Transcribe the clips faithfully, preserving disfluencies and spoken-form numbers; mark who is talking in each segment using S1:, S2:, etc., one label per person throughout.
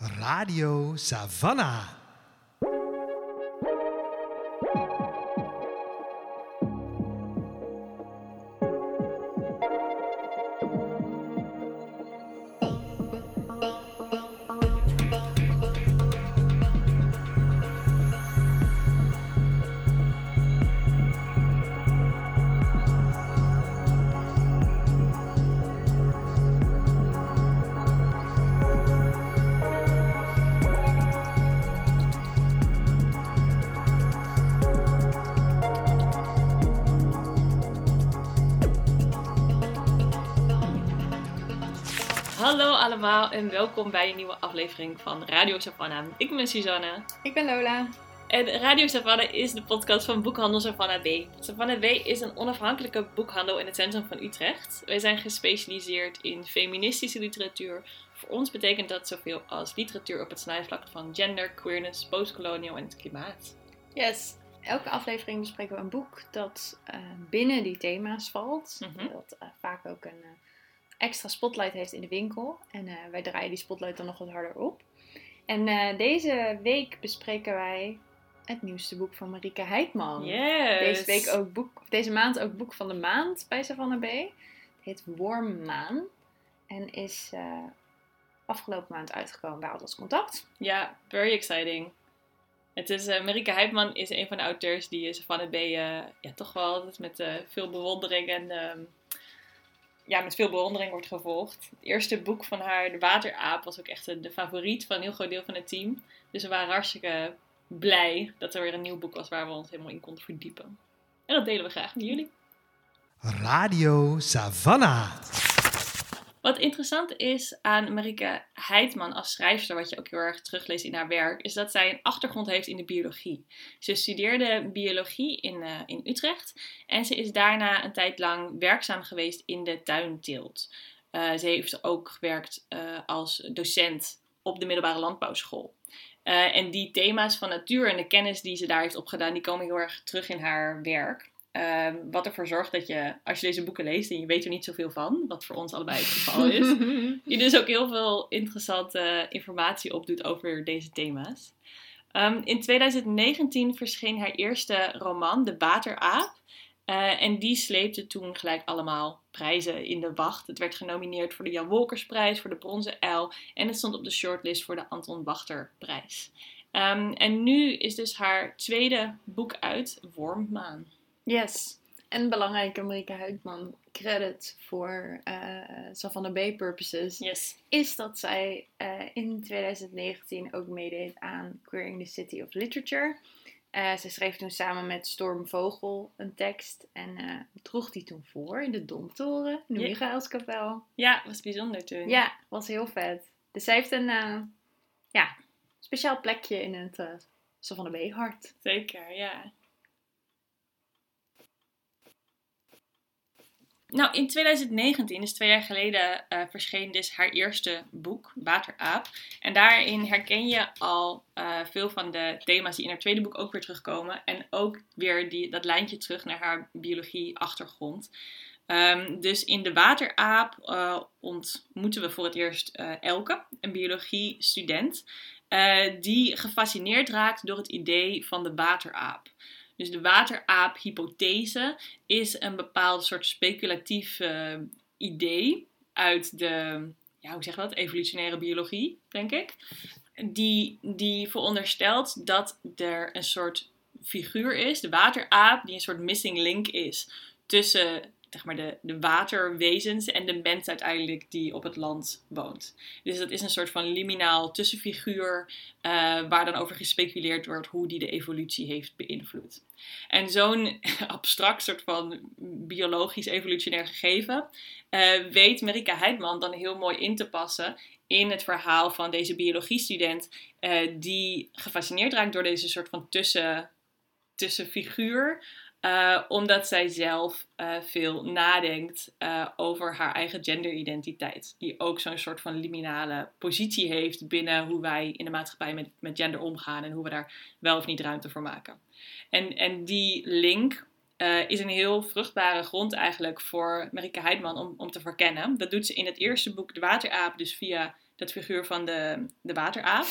S1: Radio Savannah.
S2: Hallo allemaal en welkom bij een nieuwe aflevering van Radio Savannah. Ik ben Suzanne.
S3: Ik ben Lola.
S2: En Radio Savannah is de podcast van boekhandel Savannah B. Savannah B is een onafhankelijke boekhandel in het centrum van Utrecht. Wij zijn gespecialiseerd in feministische literatuur. Voor ons betekent dat zoveel als literatuur op het snijvlak van gender, queerness, postkolonial en het klimaat.
S3: Yes. Elke aflevering bespreken we een boek dat uh, binnen die thema's valt.
S2: Mm-hmm.
S3: Dat uh, vaak ook een uh, extra spotlight heeft in de winkel. En uh, wij draaien die spotlight dan nog wat harder op. En uh, deze week bespreken wij het nieuwste boek van Marieke Heitman.
S2: Yes.
S3: Deze week ook boek, deze maand ook boek van de maand bij Savannah B. Het heet Wormmaan. En is uh, afgelopen maand uitgekomen bij Atlas Contact.
S2: Ja, very exciting. Het is, uh, Marieke Heitman is een van de auteurs die Savannah B uh, ja, toch wel altijd met uh, veel bewondering en uh, ja, met veel bewondering wordt gevolgd. Het eerste boek van haar, De Wateraap, was ook echt de, de favoriet van een heel groot deel van het team. Dus we waren hartstikke blij dat er weer een nieuw boek was waar we ons helemaal in konden verdiepen. En dat delen we graag met jullie.
S1: Radio Savannah.
S2: Wat interessant is aan Marieke Heitman als schrijfster, wat je ook heel erg terugleest in haar werk, is dat zij een achtergrond heeft in de biologie. Ze studeerde biologie in, uh, in Utrecht en ze is daarna een tijd lang werkzaam geweest in de tuinteelt. Uh, ze heeft ook gewerkt uh, als docent op de middelbare landbouwschool. Uh, en die thema's van natuur en de kennis die ze daar heeft opgedaan, die komen heel erg terug in haar werk. Uh, wat ervoor zorgt dat je, als je deze boeken leest en je weet er niet zoveel van, wat voor ons allebei het geval is, je dus ook heel veel interessante informatie opdoet over deze thema's. Um, in twintig negentien verscheen haar eerste roman, De Wateraap. Uh, en die sleepte toen gelijk allemaal prijzen in de wacht. Het werd genomineerd voor de Jan Wolkersprijs, voor de Bronzen Uil en het stond op de shortlist voor de Anton Wachterprijs. Um, en nu is dus haar tweede boek uit, Wormmaan.
S3: Yes. En belangrijke Marieke Heitman credit voor uh, Savannah B purposes.
S2: Yes.
S3: Is dat zij uh, in twintig negentien ook meedeed aan Queering the City of Literature. Uh, ze schreef toen samen met Storm Vogel een tekst en uh, droeg die toen voor in de Domtoren, in de
S2: Ja.
S3: Michaelskapel.
S2: Ja, was bijzonder toen.
S3: Ja, was heel vet. Dus zij heeft een uh, ja, speciaal plekje in het uh, Savannah B hart.
S2: Zeker, ja. Nou, in twintig negentien, dus twee jaar geleden, uh, verscheen dus haar eerste boek, Wateraap. En daarin herken je al uh, veel van de thema's die in haar tweede boek ook weer terugkomen. En ook weer die, dat lijntje terug naar haar biologie-achtergrond. Um, dus in De Wateraap uh, ontmoeten we voor het eerst uh, Elke, een biologie-student, uh, die gefascineerd raakt door het idee van de wateraap. Dus de wateraap-hypothese is een bepaald soort speculatief uh, idee uit de, ja, hoe zeg je dat, evolutionaire biologie, denk ik. Die, die veronderstelt dat er een soort figuur is, de wateraap, die een soort missing link is tussen, zeg maar, de, de waterwezens en de mens uiteindelijk die op het land woont. Dus dat is een soort van liminaal tussenfiguur uh, waar dan over gespeculeerd wordt hoe die de evolutie heeft beïnvloed. En zo'n abstract soort van biologisch evolutionair gegeven uh, weet Marieke Heitman dan heel mooi in te passen in het verhaal van deze biologiestudent uh, die gefascineerd raakt door deze soort van tussen, tussenfiguur. Uh, omdat zij zelf uh, veel nadenkt uh, over haar eigen genderidentiteit. Die ook zo'n soort van liminale positie heeft binnen hoe wij in de maatschappij met, met gender omgaan. En hoe we daar wel of niet ruimte voor maken. En, en die link uh, is een heel vruchtbare grond eigenlijk voor Marieke Heitman om, om te verkennen. Dat doet ze in het eerste boek, De Wateraap, dus via dat figuur van de, de wateraap.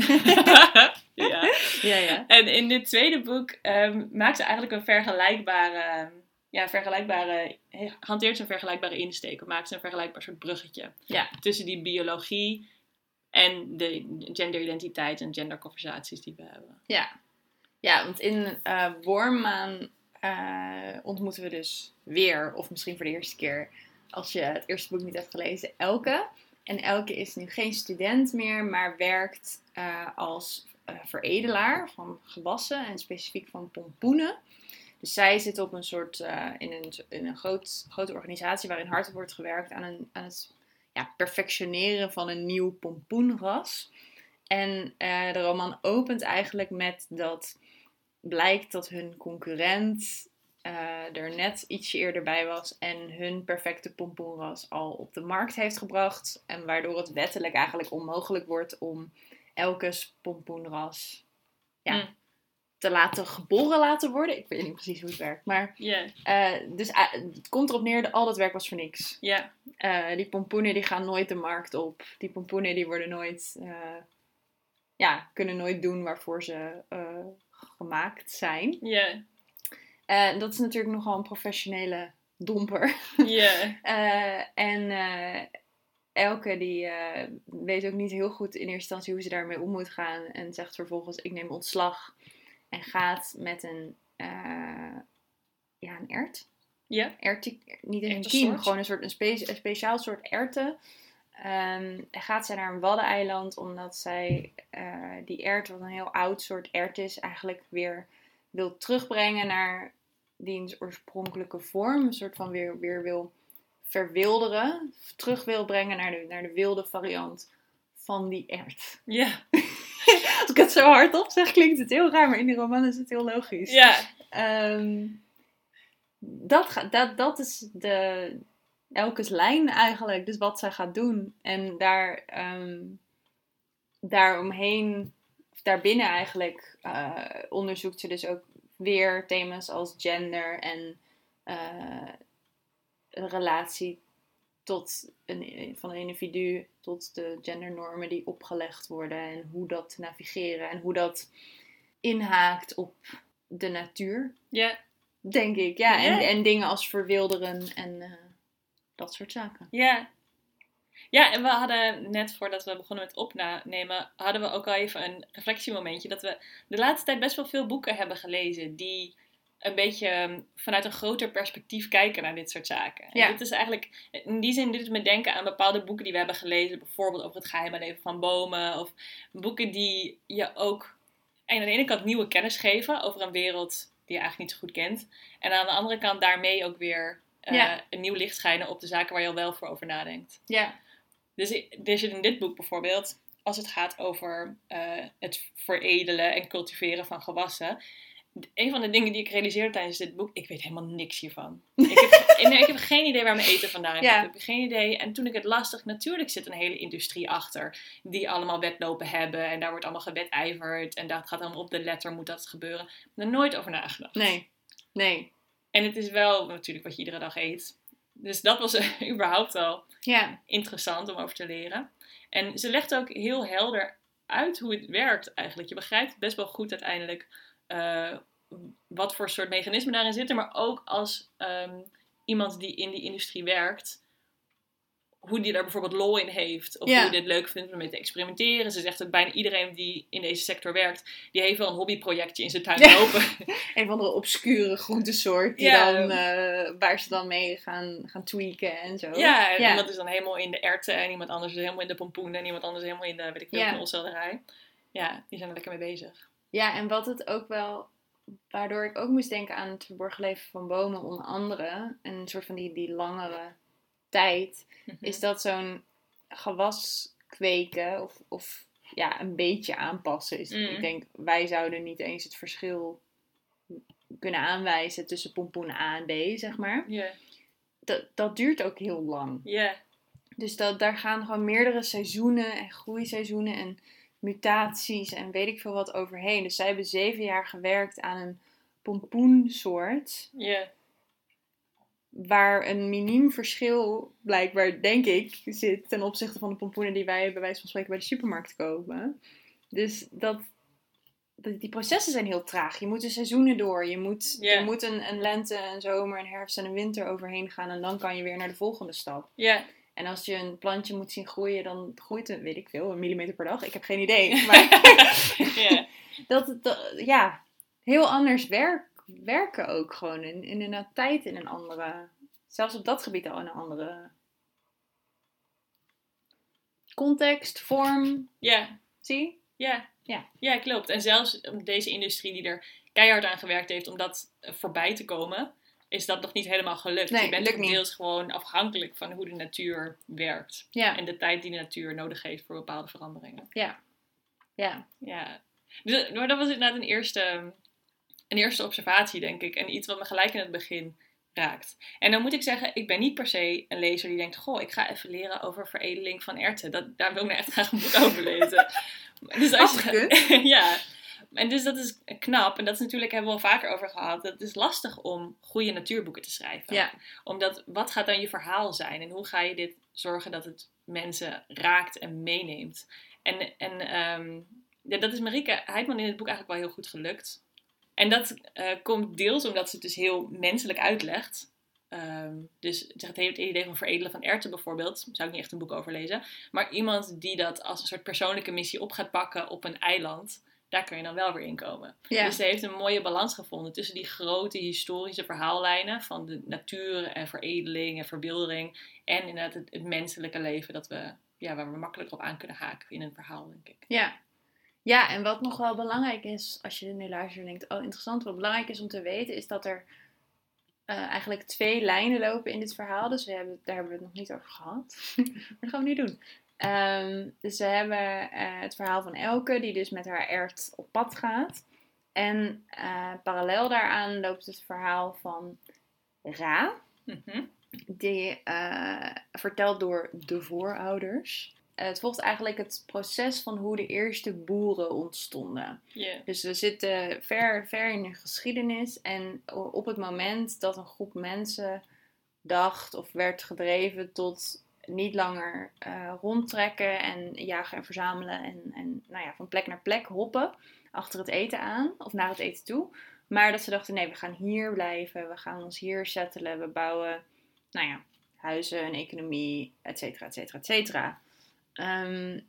S2: ja.
S3: Ja, ja.
S2: En in dit tweede boek um, maakt ze eigenlijk een vergelijkbare... Ja, vergelijkbare... hanteert ze een vergelijkbare insteek. Of maakt ze een vergelijkbaar soort bruggetje.
S3: Ja.
S2: Tussen die biologie en de genderidentiteit en genderconversaties die we hebben.
S3: Ja, ja want in uh, Wormmaan uh, ontmoeten we dus weer, of misschien voor de eerste keer, als je het eerste boek niet hebt gelezen, Elke. En Elke is nu geen student meer, maar werkt uh, als uh, veredelaar van gewassen en specifiek van pompoenen. Dus zij zit op een soort, uh, in een, in een groot, grote organisatie waarin hard wordt gewerkt aan, een, aan het ja, perfectioneren van een nieuw pompoenras. En uh, de roman opent eigenlijk met dat blijkt dat hun concurrent uh, er net ietsje eerder bij was en hun perfecte pompoenras al op de markt heeft gebracht. En waardoor het wettelijk eigenlijk onmogelijk wordt om Elkes pompoenras ja, mm. te laten geboren laten worden. Ik weet niet precies hoe het werkt. Maar,
S2: yeah.
S3: uh, dus uh, het komt erop neer dat al dat werk was voor niks.
S2: Yeah.
S3: Uh, die pompoenen die gaan nooit de markt op. Die pompoenen die worden nooit... Uh, ja, kunnen nooit doen waarvoor ze uh, gemaakt zijn.
S2: Ja.
S3: Yeah. Uh, dat is natuurlijk nogal een professionele domper.
S2: Ja.
S3: Yeah. uh, en uh, Elke die uh, weet ook niet heel goed in eerste instantie hoe ze daarmee om moet gaan. En zegt vervolgens, ik neem ontslag. En gaat met een, uh, ja, een ert.
S2: Ja.
S3: Ertie, niet eens een kiem, gewoon een soort een, spe- een speciaal soort erwten. Um, gaat zij naar een waddeneiland omdat zij uh, die ert, wat een heel oud soort ert is, eigenlijk weer wil terugbrengen naar diens oorspronkelijke vorm. Een soort van weer, weer wil verwilderen. Terug wil brengen naar de, naar de wilde variant van die ert.
S2: Ja.
S3: Als ik het zo hardop zeg, klinkt het heel raar, maar in de roman is het heel logisch.
S2: Ja.
S3: Um, dat, dat, dat is de... Elkes lijn eigenlijk, dus wat zij gaat doen. En daar, um, daaromheen, daarbinnen eigenlijk, uh, onderzoekt ze dus ook weer thema's als gender en uh, een relatie tot een, van een individu tot de gendernormen die opgelegd worden en hoe dat te navigeren en hoe dat inhaakt op de natuur.
S2: Ja.
S3: Denk ik, ja. En,
S2: ja.
S3: en dingen als verwilderen en... Uh, dat soort zaken.
S2: Ja. Ja, en we hadden net voordat we begonnen met opnemen, hadden we ook al even een reflectiemomentje. Dat we de laatste tijd best wel veel boeken hebben gelezen die een beetje vanuit een groter perspectief kijken naar dit soort zaken.
S3: Ja.
S2: En dit is eigenlijk, in die zin doet het me denken aan bepaalde boeken die we hebben gelezen. Bijvoorbeeld over het geheime leven van bomen. Of boeken die je ook aan de ene kant nieuwe kennis geven over een wereld die je eigenlijk niet zo goed kent. En aan de andere kant daarmee ook weer... Uh, ja. een nieuw licht schijnen op de zaken waar je al wel voor over nadenkt.
S3: Ja.
S2: Dus er zit in dit boek bijvoorbeeld, als het gaat over uh, het veredelen en cultiveren van gewassen. Een van de dingen die ik realiseerde tijdens dit boek, ik weet helemaal niks hiervan. ik, heb, nee, ik heb geen idee waar mijn eten vandaan komt. Ja. Ik heb geen idee. En toen ik het las, dacht, natuurlijk zit een hele industrie achter. Die allemaal wetlopen hebben. En daar wordt allemaal gewetijverd. En dat gaat allemaal op de letter, moet dat gebeuren. Ik heb er nooit over nagedacht.
S3: Nee, nee.
S2: En het is wel natuurlijk wat je iedere dag eet. Dus dat was uh, überhaupt al
S3: ja.
S2: interessant om over te leren. En ze legt ook heel helder uit hoe het werkt eigenlijk. Je begrijpt best wel goed uiteindelijk uh, wat voor soort mechanismen daarin zitten. Maar ook als um, iemand die in die industrie werkt, hoe die daar bijvoorbeeld lol in heeft. Of
S3: ja.
S2: hoe die het leuk vindt om mee te experimenteren. Ze zegt dat bijna iedereen die in deze sector werkt, die heeft wel een hobbyprojectje in zijn tuin
S3: ja.
S2: lopen.
S3: Een van de obscure groentesoort die
S2: ja.
S3: dan, uh, waar ze dan mee gaan, gaan tweaken en zo.
S2: Ja, en
S3: ja.
S2: iemand is dan helemaal in de erwten en iemand anders is helemaal in de pompoenen en iemand anders is helemaal in de, weet ik veel,
S3: ja.
S2: knolselderij. Ja, die zijn er lekker mee bezig.
S3: Ja, en wat het ook wel, waardoor ik ook moest denken aan het verborgen leven van bomen onder andere, en een soort van die, die langere tijd, mm-hmm. is dat zo'n gewas kweken of, of ja, een beetje aanpassen is. Mm. Ik denk, wij zouden niet eens het verschil kunnen aanwijzen tussen pompoen A en B, zeg maar.
S2: Yeah.
S3: Dat, dat duurt ook heel lang.
S2: Yeah.
S3: Dus dat, daar gaan gewoon meerdere seizoenen en groeiseizoenen en mutaties en weet ik veel wat overheen. Dus zij hebben zeven jaar gewerkt aan een pompoensoort.
S2: Yeah.
S3: waar een miniem verschil blijkbaar, denk ik, zit ten opzichte van de pompoenen die wij bij wijze van spreken bij de supermarkt kopen. Dus dat, dat die processen zijn heel traag. Je moet de seizoenen door. Je moet,
S2: Ja.
S3: je moet een, een lente, een zomer, een herfst en een winter overheen gaan. En dan kan je weer naar de volgende stap.
S2: Ja,
S3: En als je een plantje moet zien groeien, dan groeit het, weet ik veel, een millimeter per dag. Ik heb geen idee. Maar
S2: ja.
S3: dat, dat, ja, heel anders werk, werken ook gewoon. In, in een tijd in een andere, zelfs op dat gebied al in een andere context, vorm,
S2: Ja,
S3: zie?
S2: ja.
S3: Ja.
S2: Ja, klopt. En zelfs deze industrie die er keihard aan gewerkt heeft om dat voorbij te komen, is dat nog niet helemaal gelukt.
S3: Nee,
S2: je bent
S3: lukt
S2: ook
S3: niet.
S2: deels gewoon afhankelijk van hoe de natuur werkt.
S3: Ja,
S2: En de tijd die de natuur nodig heeft voor bepaalde veranderingen.
S3: ja, ja,
S2: Ja. Dus, maar dat was inderdaad een eerste, een eerste observatie, denk ik. En iets wat me gelijk in het begin raakt. En dan moet ik zeggen, ik ben niet per se een lezer die denkt, goh, ik ga even leren over veredeling van erwten. Dat, daar wil ik nou echt graag een boek over lezen. Dus als je,
S3: Afgekund.
S2: ja. En dus dat is knap. En dat is natuurlijk, hebben we al vaker over gehad. Het is lastig om goede natuurboeken te schrijven.
S3: ja,
S2: Omdat, wat gaat dan je verhaal zijn? En hoe ga je dit zorgen dat het mensen raakt en meeneemt? En, en um, ja, dat is Marieke Heitman in het boek eigenlijk wel heel goed gelukt. En dat uh, komt deels omdat ze het dus heel menselijk uitlegt. Um, dus het hele idee van veredelen van erwten bijvoorbeeld, zou ik niet echt een boek over lezen. Maar iemand die dat als een soort persoonlijke missie op gaat pakken op een eiland, daar kun je dan wel weer in komen.
S3: ja.
S2: Dus ze heeft een mooie balans gevonden tussen die grote historische verhaallijnen van de natuur en veredeling en verwildering. En inderdaad het, het menselijke leven dat we, ja, waar we makkelijk op aan kunnen haken in een verhaal, denk ik.
S3: Ja. Ja, en wat nog wel belangrijk is, als je er nu luistert en denkt, oh interessant, wat belangrijk is om te weten, is dat er uh, eigenlijk twee lijnen lopen in dit verhaal. Dus we hebben, daar hebben we het nog niet over gehad. Maar dat gaan we nu doen. Um, dus we hebben uh, het verhaal van Elke, die dus met haar ert op pad gaat. En uh, parallel daaraan loopt het verhaal van Ra,
S2: Mm-hmm.
S3: die uh, verteld door de voorouders. Uh, het volgt eigenlijk het proces van hoe de eerste boeren ontstonden.
S2: Yeah.
S3: Dus we zitten ver, ver in de geschiedenis. En op het moment dat een groep mensen dacht of werd gedreven tot niet langer uh, rondtrekken en jagen en verzamelen en, en nou ja, van plek naar plek hoppen achter het eten aan of naar het eten toe. Maar dat ze dachten, nee, we gaan hier blijven, we gaan ons hier settelen, we bouwen, nou ja, huizen, een economie, et cetera, et cetera, et cetera. Um,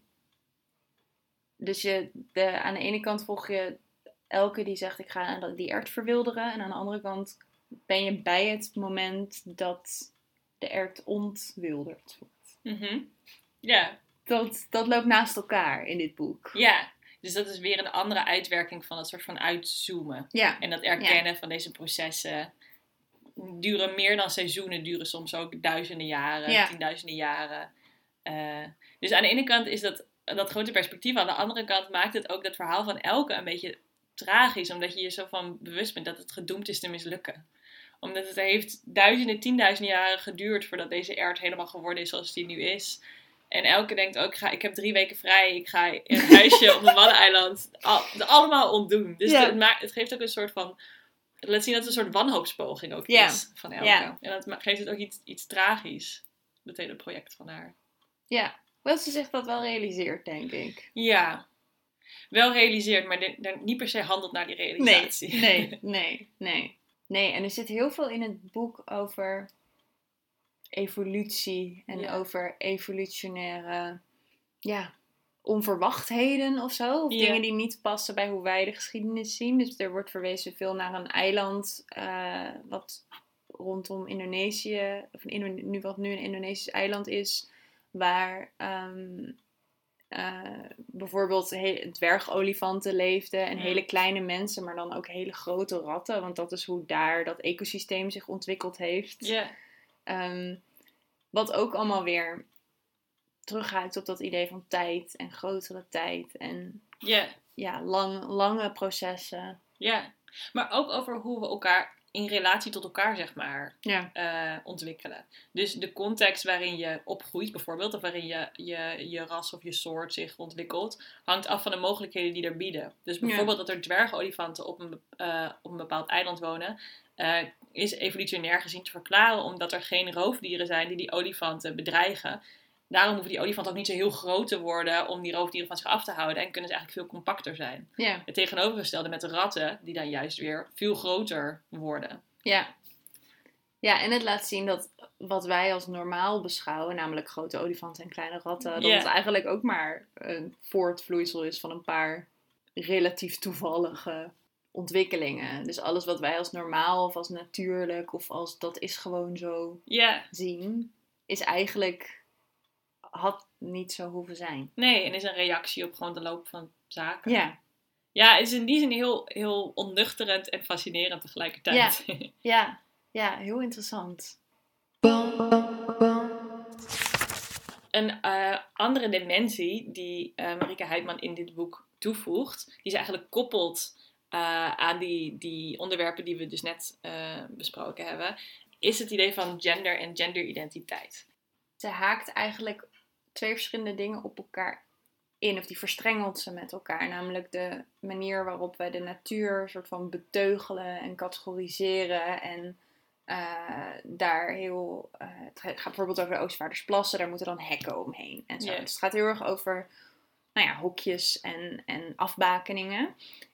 S3: dus je, de, aan de ene kant volg je Elke die zegt, ik ga die ert verwilderen. En aan de andere kant ben je bij het moment dat de ert ontwilderd wordt.
S2: Mm-hmm. Ja.
S3: Dat, dat loopt naast elkaar in dit boek.
S2: Ja, dus dat is weer een andere uitwerking van het soort van uitzoomen.
S3: Ja.
S2: En dat erkennen ja. van deze processen duren meer dan seizoenen, duren soms ook duizenden jaren, ja. tienduizenden jaren. Uh, dus aan de ene kant is dat, dat grote perspectief, aan de andere kant maakt het ook dat verhaal van Elke een beetje tragisch, omdat je je zo van bewust bent dat het gedoemd is te mislukken. Omdat het heeft duizenden, tienduizenden jaren geduurd voordat deze ert helemaal geworden is zoals die nu is. En Elke denkt ook, ik, ga, ik heb drie weken vrij, ik ga in een huisje op een Waddeneiland al, het allemaal ontdoen. Dus ja. het, maakt, het geeft ook een soort van, het laat zien dat het een soort wanhoopspoging ook ja. is van Elke. Ja. En dat geeft het ook iets, iets tragisch, het hele project van haar.
S3: Ja, wel ze zich dat wel realiseert, denk ik.
S2: Ja, wel realiseert, maar de, de, niet per se handelt naar die realisatie.
S3: Nee, nee, nee, nee. Nee, en er zit heel veel in het boek over evolutie en ja. over evolutionaire ja, onverwachtheden of zo. Of ja. dingen die niet passen bij hoe wij de geschiedenis zien. Dus er wordt verwezen veel naar een eiland uh, wat rondom Indonesië, of in, nu, wat nu een Indonesisch eiland is, waar um, uh, bijvoorbeeld he- dwergolifanten leefden en hele kleine mensen, maar dan ook hele grote ratten, want dat is hoe daar dat ecosysteem zich ontwikkeld heeft.
S2: Yeah.
S3: Um, wat ook allemaal weer teruggaat op dat idee van tijd en grotere tijd en
S2: yeah.
S3: ja, lang, lange processen.
S2: Ja, yeah. Maar ook over hoe we elkaar in relatie tot elkaar, zeg maar,
S3: ja.
S2: uh, ontwikkelen. Dus de context waarin je opgroeit, bijvoorbeeld, of waarin je, je, je ras of je soort zich ontwikkelt, hangt af van de mogelijkheden die er bieden. Dus bijvoorbeeld ja. dat er dwergolifanten op een, uh, op een bepaald eiland wonen, uh, is evolutionair gezien te verklaren, omdat er geen roofdieren zijn die die olifanten bedreigen. Daarom hoeven die olifanten ook niet zo heel groot te worden om die roofdieren van zich af te houden. En kunnen ze eigenlijk veel compacter zijn.
S3: Ja.
S2: Het tegenovergestelde met de ratten, die dan juist weer veel groter worden.
S3: Ja. Ja, en het laat zien dat wat wij als normaal beschouwen, namelijk grote olifanten en kleine ratten, dat
S2: Yeah.
S3: het eigenlijk ook maar een voortvloeisel is van een paar relatief toevallige ontwikkelingen. Dus alles wat wij als normaal of als natuurlijk of als dat is gewoon zo
S2: Ja.
S3: zien, is eigenlijk, had niet zo hoeven zijn.
S2: Nee, en is een reactie op gewoon de loop van zaken.
S3: Ja,
S2: Ja, het is in die zin heel, heel onnuchterend en fascinerend tegelijkertijd. Ja.
S3: ja, ja, heel interessant.
S2: Een uh, andere dimensie die uh, Marieke Heitman in dit boek toevoegt, die is eigenlijk koppelt uh, aan die, die onderwerpen die we dus net uh, besproken hebben, is het idee van gender en genderidentiteit.
S3: Ze haakt eigenlijk twee verschillende dingen op elkaar in, of die verstrengelt ze met elkaar. Namelijk de manier waarop wij de natuur soort van beteugelen en categoriseren en uh, daar heel... Uh, het gaat bijvoorbeeld over de Oostvaardersplassen, daar moeten dan hekken omheen en zo.
S2: Yeah.
S3: Dus het gaat heel erg over, nou ja, hokjes en, en afbakeningen.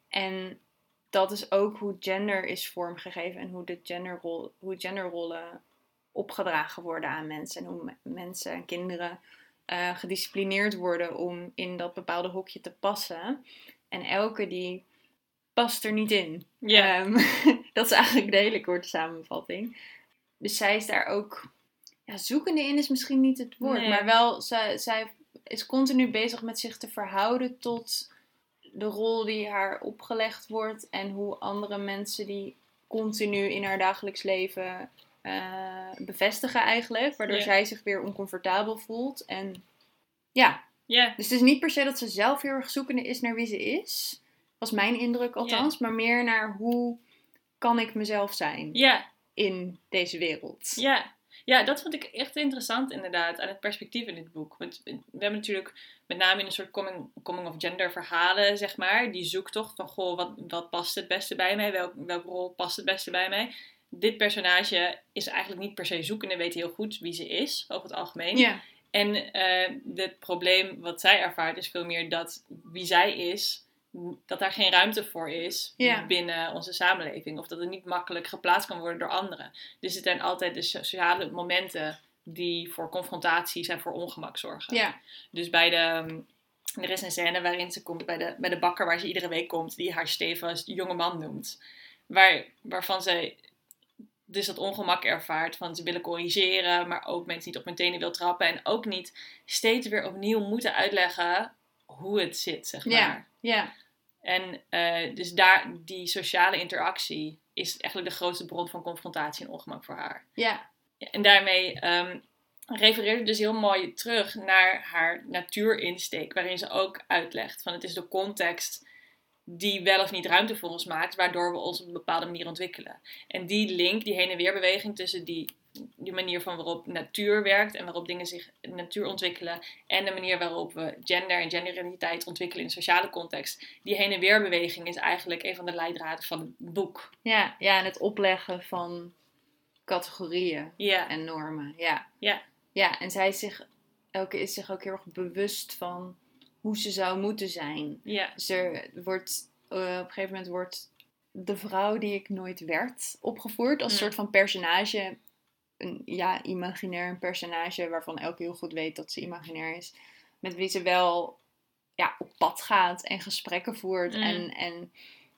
S3: En dat is ook hoe gender is vormgegeven en hoe de genderrol, hoe genderrollen opgedragen worden aan mensen. En hoe me- mensen en kinderen uh, gedisciplineerd worden om in dat bepaalde hokje te passen. En elke die past er niet in.
S2: Ja.
S3: Um, dat is eigenlijk de hele korte samenvatting. Dus zij is daar ook... Ja, zoekende in is misschien niet het woord.
S2: Nee.
S3: Maar wel, zij, zij is continu bezig met zich te verhouden tot de rol die haar opgelegd wordt. En hoe andere mensen die continu in haar dagelijks leven uh, bevestigen eigenlijk. Waardoor
S2: Ja.
S3: zij zich weer oncomfortabel voelt. En ja,
S2: Ja.
S3: dus het is niet per se dat ze zelf heel erg zoekende is naar wie ze is. Was mijn indruk althans. Maar meer naar hoe kan ik mezelf zijn
S2: Ja.
S3: in deze wereld.
S2: Ja. Ja, dat vond ik echt interessant inderdaad aan het perspectief in dit boek. Want we hebben natuurlijk met name in een soort coming, coming of gender verhalen, zeg maar, die zoektocht van, goh, wat, wat past het beste bij mij? Welk, welke rol past het beste bij mij? Dit personage is eigenlijk niet per se zoekende, weet heel goed wie ze is, over het algemeen.
S3: Ja.
S2: En uh, het probleem wat zij ervaart is veel meer dat wie zij is, dat daar geen ruimte voor is
S3: Ja.
S2: binnen onze samenleving. Of dat het niet makkelijk geplaatst kan worden door anderen. Dus het zijn altijd de sociale momenten die voor confrontaties en voor ongemak zorgen.
S3: Ja.
S2: Dus bij de... Er is een scène waarin ze komt bij de, bij de bakker waar ze iedere week komt, die haar stevast jonge man noemt. Waar, waarvan ze dus dat ongemak ervaart van ze willen corrigeren, maar ook mensen niet op hun tenen wil trappen. En ook niet steeds weer opnieuw moeten uitleggen hoe het zit, zeg maar.
S3: Ja. Ja.
S2: En uh, dus daar, die sociale interactie is eigenlijk de grootste bron van confrontatie en ongemak voor haar.
S3: Ja.
S2: En daarmee um, refereert het dus heel mooi terug naar haar natuurinsteek, waarin ze ook uitlegt van het is de context die wel of niet ruimte voor ons maakt, waardoor we ons op een bepaalde manier ontwikkelen. En die link, die heen en weer beweging tussen die, die manier van waarop natuur werkt en waarop dingen zich in de natuur ontwikkelen en de manier waarop we gender en genderidentiteit ontwikkelen in de sociale context, die heen en weer beweging is eigenlijk een van de leidraden van het boek.
S3: Ja, ja, en het opleggen van categorieën
S2: Ja.
S3: en normen. Ja.
S2: Ja.
S3: Ja, en zij is zich, elke is zich ook heel erg bewust van hoe ze zou moeten zijn.
S2: Ja.
S3: Dus er wordt, uh, op een gegeven moment wordt de vrouw die ik nooit werd opgevoerd als
S2: Mm.
S3: soort van personage. Een, ja, imaginair een personage waarvan elke heel goed weet dat ze imaginair is. Met wie ze wel ja, op pad gaat en gesprekken voert.
S2: Mm.
S3: En, en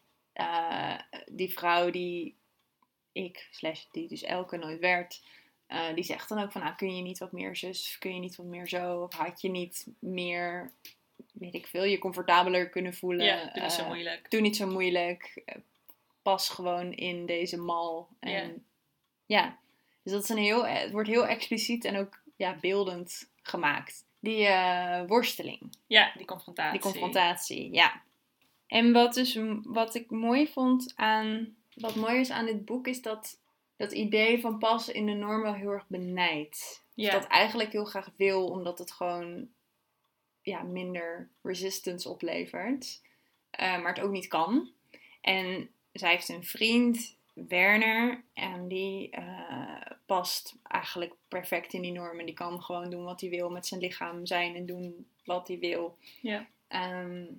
S3: uh, die vrouw die ik, slash die dus elke nooit werd... Uh, die zegt dan ook van, nou, kun je niet wat meer zus, kun je niet wat meer zo, of had je niet meer, weet ik veel, je comfortabeler kunnen voelen.
S2: Ja, doe niet zo
S3: Uh,
S2: moeilijk.
S3: doe niet zo moeilijk. Uh, pas gewoon in deze mal. En
S2: Ja.
S3: ja, dus dat is een heel, het wordt heel expliciet en ook ja, beeldend gemaakt. Die uh, worsteling.
S2: Ja, die confrontatie.
S3: Die confrontatie, ja. En wat, dus, wat ik mooi vond aan, wat mooi is aan dit boek, is dat dat idee van passen in de norm wel heel erg benijdt.
S2: Ja.
S3: Dus dat eigenlijk heel graag wil, omdat het gewoon ja, minder resistance oplevert. Uh, maar het ook niet kan. En zij heeft een vriend Werner. En die uh, past eigenlijk perfect in die normen. Die kan gewoon doen wat hij wil met zijn lichaam zijn en doen wat hij wil.
S2: Ja.
S3: Um,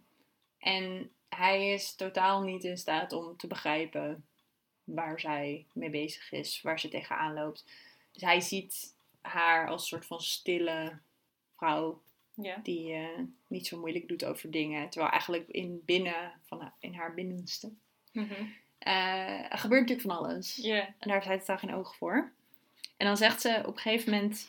S3: en hij is totaal niet in staat om te begrijpen waar zij mee bezig is, waar ze tegenaan loopt. Dus hij ziet haar als een soort van stille vrouw. Ja. Die uh, niet zo moeilijk doet over dingen. Terwijl eigenlijk in, binnen, van haar, in haar binnenste mm-hmm. uh, er gebeurt natuurlijk van alles.
S2: Yeah.
S3: En daar heeft hij totaal geen oog voor. En dan zegt ze op een gegeven moment,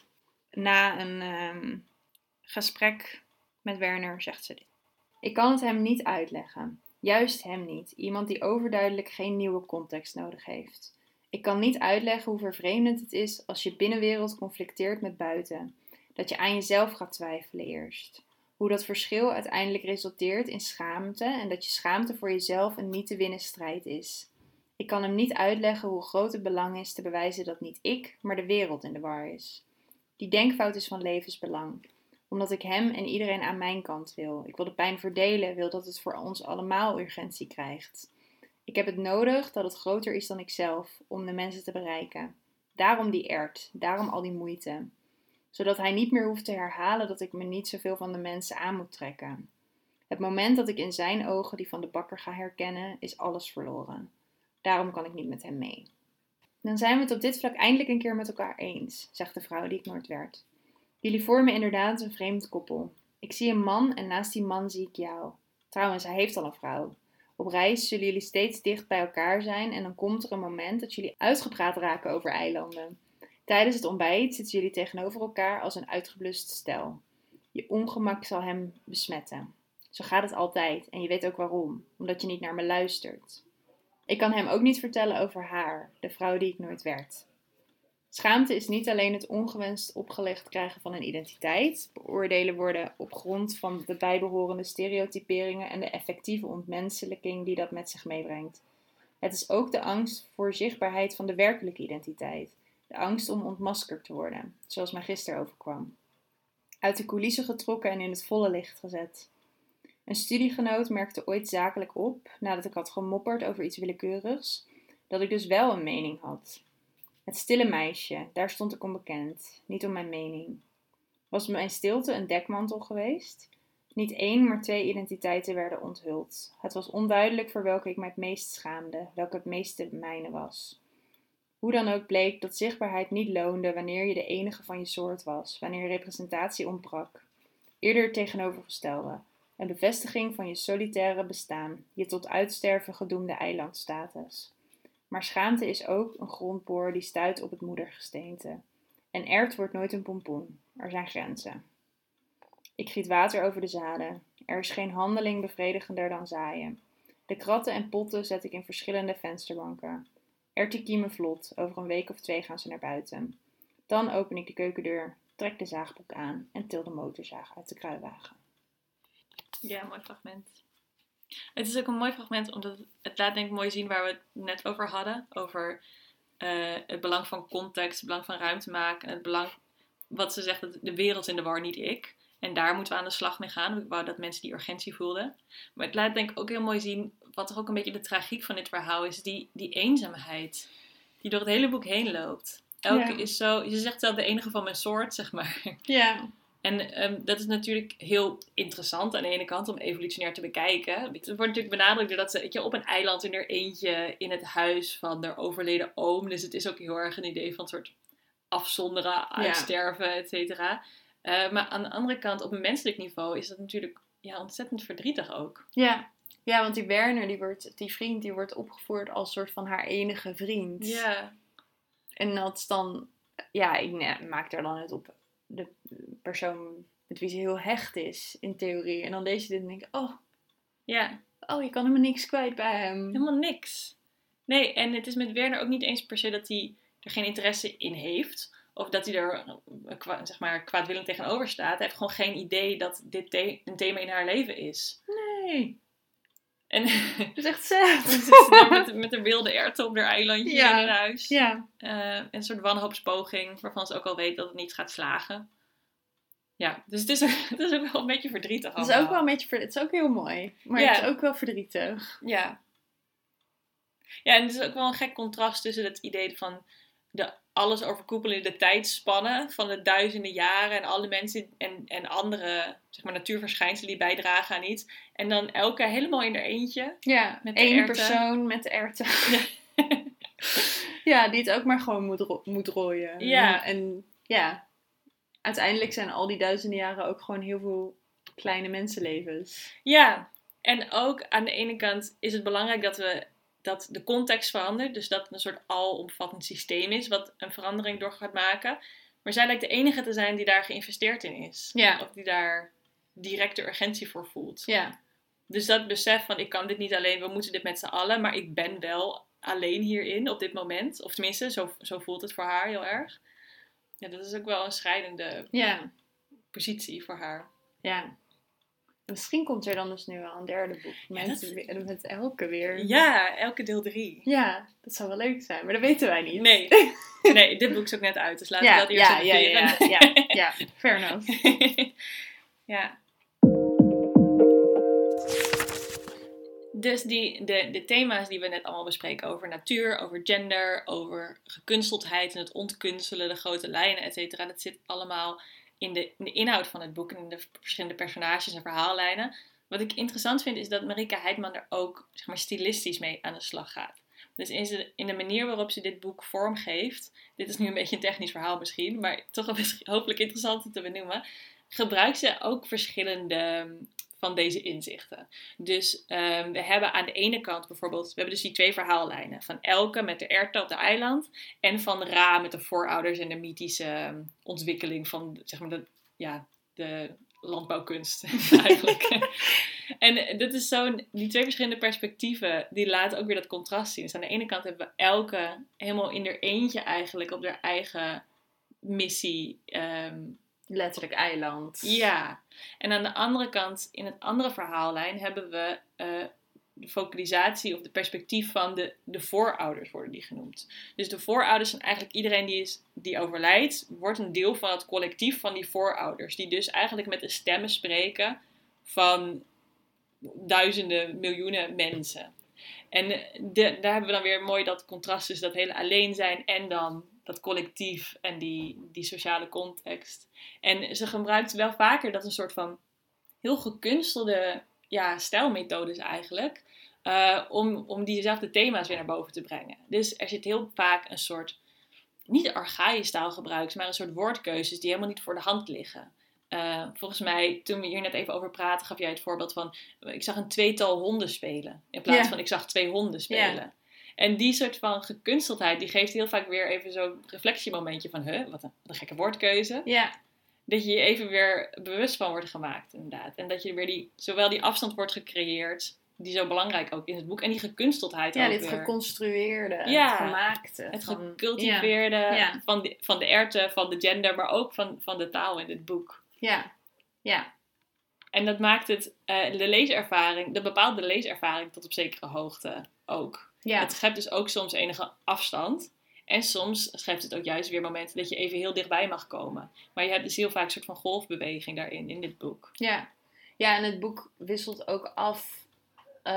S3: na een um, gesprek met Werner, zegt ze dit. Ik kan het hem niet uitleggen. Juist hem niet. Iemand die overduidelijk geen nieuwe context nodig heeft. Ik kan niet uitleggen hoe vervreemdend het is als je binnenwereld conflicteert met buiten. Dat je aan jezelf gaat twijfelen eerst. Hoe dat verschil uiteindelijk resulteert in schaamte en dat je schaamte voor jezelf een niet te winnen strijd is. Ik kan hem niet uitleggen hoe groot het belang is te bewijzen dat niet ik, maar de wereld in de war is. Die denkfout is van levensbelang. Omdat ik hem en iedereen aan mijn kant wil. Ik wil de pijn verdelen, wil dat het voor ons allemaal urgentie krijgt. Ik heb het nodig dat het groter is dan ikzelf, om de mensen te bereiken. Daarom die ert, daarom al die moeite. Zodat hij niet meer hoeft te herhalen dat ik me niet zoveel van de mensen aan moet trekken. Het moment dat ik in zijn ogen die van de bakker ga herkennen, is alles verloren. Daarom kan ik niet met hem mee. Dan zijn we het op dit vlak eindelijk een keer met elkaar eens, zegt de vrouw die ik nooit werd. Jullie vormen inderdaad een vreemd koppel. Ik zie een man en naast die man zie ik jou. Trouwens, hij heeft al een vrouw. Op reis zullen jullie steeds dicht bij elkaar zijn en dan komt er een moment dat jullie uitgepraat raken over eilanden. Tijdens het ontbijt zitten jullie tegenover elkaar als een uitgeblust stel. Je ongemak zal hem besmetten. Zo gaat het altijd en je weet ook waarom. Omdat je niet naar me luistert. Ik kan hem ook niet vertellen over haar, de vrouw die ik nooit werd. Schaamte is niet alleen het ongewenst opgelegd krijgen van een identiteit, beoordelen worden op grond van de bijbehorende stereotyperingen en de effectieve ontmenselijking die dat met zich meebrengt. Het is ook de angst voor zichtbaarheid van de werkelijke identiteit, de angst om ontmaskerd te worden, zoals mij gisteren overkwam. Uit de coulissen getrokken en in het volle licht gezet. Een studiegenoot merkte ooit zakelijk op, nadat ik had gemopperd over iets willekeurigs, dat ik dus wel een mening had. Het stille meisje, daar stond ik onbekend, niet om mijn mening. Was mijn stilte een dekmantel geweest? Niet één, maar twee identiteiten werden onthuld. Het was onduidelijk voor welke ik mij het meest schaamde, welke het meeste mijne was. Hoe dan ook bleek dat zichtbaarheid niet loonde wanneer je de enige van je soort was, wanneer representatie ontbrak. Eerder het tegenovergestelde, een bevestiging van je solitaire bestaan, je tot uitsterven gedoemde eilandstatus. Maar schaamte is ook een grondboor die stuit op het moedergesteente. En ert wordt nooit een pompoen. Er zijn grenzen. Ik giet water over de zaden. Er is geen handeling bevredigender dan zaaien. De kratten en potten zet ik in verschillende vensterbanken. Erwten kiemen vlot. Over een week of twee gaan ze naar buiten. Dan open ik de keukendeur, trek de zaagbroek aan en til de motorzaag uit de kruiwagen.
S2: Ja, mooi fragment. Het is ook een mooi fragment, omdat het laat denk ik mooi zien waar we het net over hadden. Over uh, het belang van context, het belang van ruimte maken. En het belang, wat ze zegt, de wereld in de war, niet ik. En daar moeten we aan de slag mee gaan. Ik wou dat mensen die urgentie voelden. Maar het laat denk ik ook heel mooi zien, wat toch ook een beetje de tragiek van dit verhaal is. Die, die eenzaamheid, die door het hele boek heen loopt. Elke ja. is zo, je zegt zelf de enige van mijn soort, zeg maar.
S3: Ja.
S2: En um, dat is natuurlijk heel interessant aan de ene kant om evolutionair te bekijken. Het wordt natuurlijk benadrukt doordat ze weet je, op een eiland in er eentje in het huis van haar overleden oom. Dus het is ook heel erg een idee van een soort afzonderen, uitsterven, ja. et cetera. Uh, maar aan de andere kant, op een menselijk niveau, is dat natuurlijk ja, ontzettend verdrietig ook.
S3: Ja. Ja, want die Werner, die, wordt, die vriend, die wordt opgevoerd als soort van haar enige vriend.
S2: Ja.
S3: En dat is dan, ja, ik nee, maak er dan het op de persoon met wie ze heel hecht is, in theorie. En dan lees je dit en denk ik, oh,
S2: ja.
S3: oh, je kan helemaal niks kwijt bij hem.
S2: Helemaal niks. Nee, en het is met Werner ook niet eens per se dat hij er geen interesse in heeft. Of dat hij er, zeg maar, kwaadwillend tegenover staat. Hij heeft gewoon geen idee dat dit the- een thema in haar leven is.
S3: Nee.
S2: En
S3: dat is echt sad.
S2: Dan zit ze daar met, met de wilde erwten op haar eilandje
S3: ja.
S2: in hun huis.
S3: Ja.
S2: Uh, een soort wanhoopspoging waarvan ze ook al weet dat het niet gaat slagen. Ja, dus het is, het is ook wel een beetje verdrietig allemaal.
S3: Het is ook wel een beetje verdrietig. Het is ook heel mooi. Maar ja. Het is ook wel verdrietig.
S2: Ja. Ja, en het is ook wel een gek contrast tussen het idee van de alles overkoepelende tijdspannen van de duizenden jaren en alle mensen en, en andere zeg maar, natuurverschijnselen die bijdragen aan iets. En dan elke helemaal in er eentje.
S3: Ja,
S2: Met de
S3: één
S2: erwten.
S3: persoon met de erwten. Ja, die het ook maar gewoon moet, ro- moet rooien.
S2: Ja.
S3: En, en ja, uiteindelijk zijn al die duizenden jaren ook gewoon heel veel kleine mensenlevens.
S2: Ja, en ook aan de ene kant is het belangrijk dat we dat de context verandert. Dus dat het een soort alomvattend systeem is wat een verandering door gaat maken. Maar zij lijkt de enige te zijn die daar geïnvesteerd in is.
S3: Ja.
S2: Of die daar directe urgentie voor voelt.
S3: Ja,
S2: Dus dat besef van ik kan dit niet alleen, we moeten dit met z'n allen. Maar ik ben wel alleen hierin op dit moment. Of tenminste, zo, zo voelt het voor haar heel erg. Ja, dat is ook wel een schrijnende
S3: ja,
S2: positie voor haar.
S3: ja. Misschien komt er dan dus nu wel een derde boek. Met,
S2: dat-
S3: weer- met elke weer.
S2: Ja, elke deel drie.
S3: Ja, dat zou wel leuk zijn, maar dat weten wij niet.
S2: Nee, nee, dit boek is ook net uit, dus laten we
S3: Ja,
S2: dat eerst
S3: ja,
S2: even
S3: ja,
S2: vieren.
S3: ja, ja, ja, fair enough.
S2: Ja. Dus die, de, de thema's die we net allemaal bespreken over natuur, over gender, over gekunsteldheid en het ontkunstelen, de grote lijnen, et cetera. Dat zit allemaal in de, in de inhoud van het boek en in de verschillende personages en verhaallijnen. Wat ik interessant vind is dat Marika Heidman er ook zeg maar, stilistisch mee aan de slag gaat. Dus in de, in de manier waarop ze dit boek vormgeeft, dit is nu een beetje een technisch verhaal misschien, maar toch wel hopelijk interessant om te benoemen, gebruikt ze ook verschillende van deze inzichten. Dus um, we hebben aan de ene kant bijvoorbeeld, we hebben dus die twee verhaallijnen. Van Elke met de erwten op de eiland en van Ra met de voorouders en de mythische um, ontwikkeling van zeg maar de, ja, de landbouwkunst eigenlijk. En dit is zo'n, die twee verschillende perspectieven, die laten ook weer dat contrast zien. Dus aan de ene kant hebben we Elke helemaal in haar eentje eigenlijk op haar eigen missie. Um,
S3: Letterlijk eiland.
S2: Ja. En aan de andere kant, in het andere verhaallijn, hebben we uh, de focalisatie of de perspectief van de, de voorouders worden die genoemd. Dus de voorouders zijn eigenlijk iedereen die, is, die overlijdt, wordt een deel van het collectief van die voorouders. Die dus eigenlijk met de stemmen spreken van duizenden, miljoenen mensen. En de, daar hebben we dan weer mooi dat contrast tussen dat hele alleen zijn en dan dat collectief en die, die sociale context. En ze gebruikt wel vaker dat een soort van heel gekunstelde ja, stijlmethodes eigenlijk. Uh, om, om diezelfde thema's weer naar boven te brengen. Dus er zit heel vaak een soort, niet archaïsch taalgebruik, maar een soort woordkeuzes die helemaal niet voor de hand liggen. Uh, volgens mij, toen we hier net even over praten, gaf jij het voorbeeld van, ik zag een tweetal honden spelen. In plaats
S3: Ja.
S2: van, ik zag twee honden spelen.
S3: Ja.
S2: En die soort van gekunsteldheid, die geeft heel vaak weer even zo'n reflectiemomentje van, huh, wat een, wat een gekke woordkeuze.
S3: Ja.
S2: Dat je je even weer bewust van wordt gemaakt, inderdaad. En dat je weer die, zowel die afstand wordt gecreëerd, die zo belangrijk ook in het boek, en die gekunsteldheid
S3: Ja,
S2: ook
S3: dit
S2: weer.
S3: geconstrueerde,
S2: Ja.
S3: het gemaakte.
S2: Het
S3: van-
S2: gecultiveerde
S3: Ja. Ja.
S2: Van, de, van de erwten, van de gender, maar ook van, van de taal in dit boek.
S3: Ja, ja,
S2: En dat maakt het, uh, de leeservaring, de bepaalde leeservaring tot op zekere hoogte ook.
S3: ja.
S2: Het schept dus ook soms enige afstand. En soms schept het ook juist weer momenten dat je even heel dichtbij mag komen. Maar je hebt dus heel vaak een soort van golfbeweging daarin, in dit boek.
S3: Ja. Ja, en het boek wisselt ook af. Uh,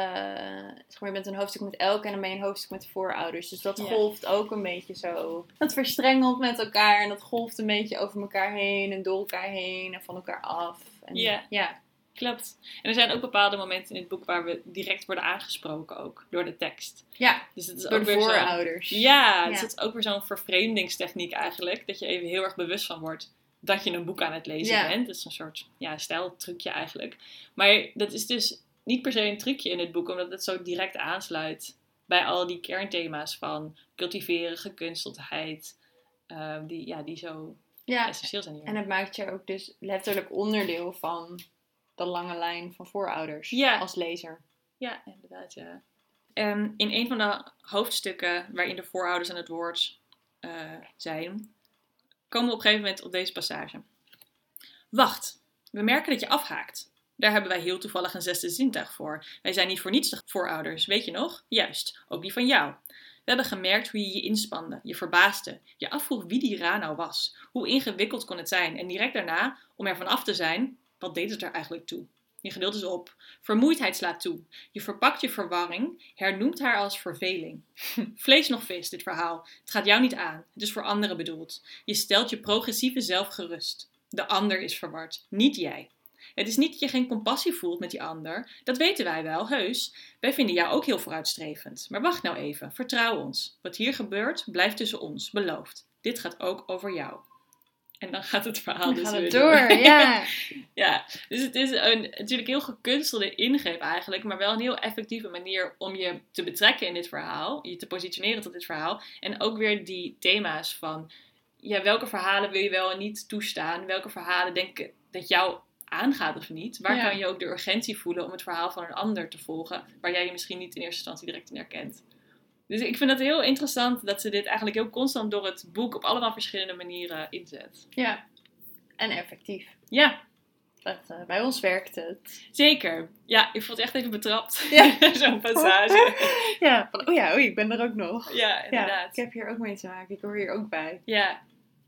S3: zeg maar, je bent een hoofdstuk met Elke en dan ben je een hoofdstuk met de voorouders. Dus dat
S2: Ja.
S3: golft ook een beetje zo. Dat verstrengelt met elkaar en dat golft een beetje over elkaar heen en door elkaar heen en van elkaar af. En,
S2: Ja.
S3: ja.
S2: Klopt. En er zijn ook bepaalde momenten in het boek waar we direct worden aangesproken ook, door de tekst.
S3: Ja,
S2: Dus het is
S3: door
S2: ook
S3: de
S2: weer zo.
S3: voorouders.
S2: Ja, dus
S3: Ja.
S2: het is ook weer zo'n vervreemdingstechniek eigenlijk. Dat je even heel erg bewust van wordt dat je een boek aan het lezen
S3: Ja.
S2: bent. Dat is een soort ja, stijltrucje eigenlijk. Maar dat is dus niet per se een trucje in het boek, omdat het zo direct aansluit bij al die kernthema's van cultiveren, gekunsteldheid, uh, die, ja, die zo
S3: Ja,
S2: essentieel zijn hier.
S3: en het maakt je ook dus letterlijk onderdeel van de lange lijn van voorouders
S2: Ja.
S3: als lezer.
S2: Ja, inderdaad, ja. Um, in een van de hoofdstukken waarin de voorouders aan het woord uh, zijn, komen we op een gegeven moment op deze passage. Wacht, we merken dat je afhaakt. Daar hebben wij heel toevallig een zesde zintuig voor. Wij zijn niet voor niets de voorouders, weet je nog? Juist, ook die van jou. We hebben gemerkt hoe je je inspande, je verbaasde, je afvroeg wie die Ra nou was. Hoe ingewikkeld kon het zijn? En direct daarna, om er vanaf te zijn, wat deed het er eigenlijk toe? Je geduld is op. Vermoeidheid slaat toe. Je verpakt je verwarring, hernoemt haar als verveling. Vlees nog vis, dit verhaal. Het gaat jou niet aan. Het is voor anderen bedoeld. Je stelt je progressieve zelf gerust. De ander is verward, niet jij. Het is niet dat je geen compassie voelt met die ander. Dat weten wij wel, heus. Wij vinden jou ook heel vooruitstrevend. Maar wacht nou even, vertrouw ons. Wat hier gebeurt, blijft tussen ons, beloofd. Dit gaat ook over jou. En dan gaat het verhaal
S3: Dan
S2: dus
S3: gaat
S2: weer
S3: het door, ja.
S2: Ja, dus het is een natuurlijk heel gekunstelde ingreep eigenlijk, maar wel een heel effectieve manier om je te betrekken in dit verhaal, je te positioneren tot dit verhaal. En ook weer die thema's van, ja, welke verhalen wil je wel en niet toestaan? Welke verhalen denk je dat jou aangaat of niet? Waar
S3: Ja.
S2: kan je ook de urgentie voelen om het verhaal van een ander te volgen, waar jij je misschien niet in eerste instantie direct in herkent? Dus ik vind het heel interessant dat ze dit eigenlijk heel constant door het boek op allemaal verschillende manieren inzet.
S3: Ja, en effectief.
S2: Ja,
S3: Dat, eh, bij ons werkt het.
S2: zeker. Ja, ik voel het echt even betrapt.
S3: Ja.
S2: Zo'n passage.
S3: Ja, van, oh ja, oei, ik ben er ook nog.
S2: Ja,
S3: Ja,
S2: inderdaad.
S3: ik heb hier ook mee te maken. Ik hoor hier ook bij.
S2: Ja,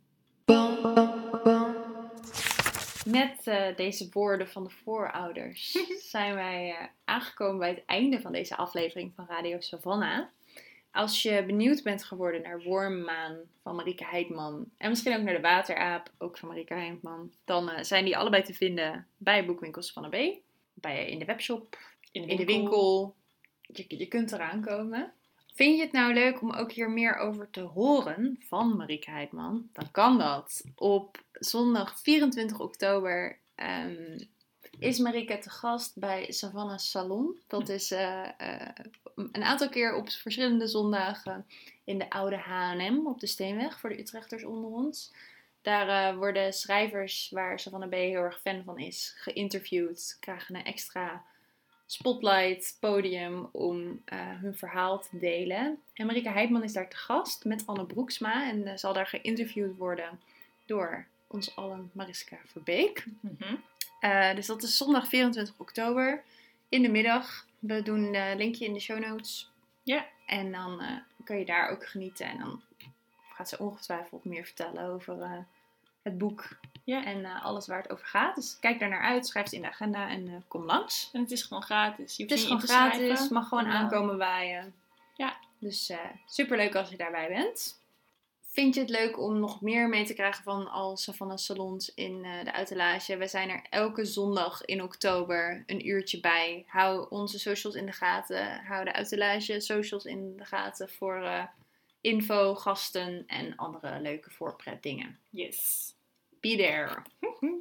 S3: Met eh, deze woorden van de voorouders zijn wij eh, aangekomen bij het einde van deze aflevering van Radio Savannah. Als je benieuwd bent geworden naar Wormmaan van Marieke Heidman en misschien ook naar de Wateraap, ook van Marieke Heidman, dan eh, zijn die allebei te vinden bij Boekwinkels Savannah B. Bij, in de webshop,
S2: in de
S3: in de
S2: winkel.
S3: winkel. Je, je kunt eraan komen. Vind je het nou leuk om ook hier meer over te horen van Marieke Heidman? Dan kan dat. Op zondag vierentwintig oktober ehm, is Marieke te gast bij Savannah Salon. Dat is eh, eh, een aantal keer op verschillende zondagen in de oude H en M op de Steenweg voor de Utrechters onder ons. Daar eh, worden schrijvers waar Savannah B heel erg fan van is geïnterviewd. Krijgen een extra spotlight, podium om uh, hun verhaal te delen. En Marieke Heidman is daar te gast met Anne Broeksma. En uh, zal daar geïnterviewd worden door ons allen Mariska Verbeek.
S2: Mhm.
S3: Uh, dus dat is zondag vierentwintig oktober in de middag. We doen een linkje in de show notes.
S2: Ja.
S3: En dan uh, kun je daar ook genieten. En dan gaat ze ongetwijfeld meer vertellen over uh, het boek.
S2: Ja.
S3: En uh, alles waar het over gaat. Dus kijk daar naar uit, schrijf het in de agenda en uh, kom langs.
S2: En het is gewoon gratis. Je
S3: Het
S2: hoeft
S3: is
S2: niet
S3: gewoon
S2: in te
S3: gratis,
S2: schrijven.
S3: mag gewoon
S2: Ja.
S3: aankomen waaien.
S2: Ja.
S3: Dus uh, superleuk als je daarbij bent. Vind je het leuk om nog meer mee te krijgen van al Savannah Salons in uh, de Uitelage? We zijn er elke zondag in oktober een uurtje bij. Hou onze socials in de gaten. Hou de Uitelage socials in de gaten voor uh, info, gasten en andere leuke voorpretdingen.
S2: Yes.
S3: Be there.
S2: Oké,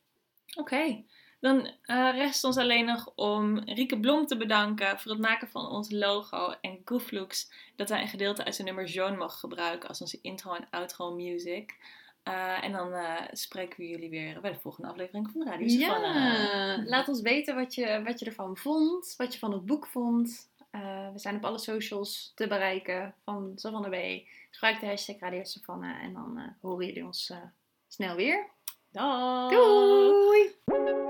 S2: okay. Dan uh, rest ons alleen nog om Rieke Blom te bedanken voor het maken van ons logo en Gooflooks, dat wij een gedeelte uit zijn nummer Jaune mogen gebruiken als onze intro en outro music. Uh, en dan uh, spreken we jullie weer bij de volgende aflevering van de Radio Savannah.
S3: Ja, laat ons weten wat je, wat je ervan vond, wat je van het boek vond. Uh, we zijn op alle socials te bereiken van Savannah B. Gebruik de hashtag Radio Savannah en dan uh, horen jullie ons uh, snel weer.
S2: Dag!
S3: Doei!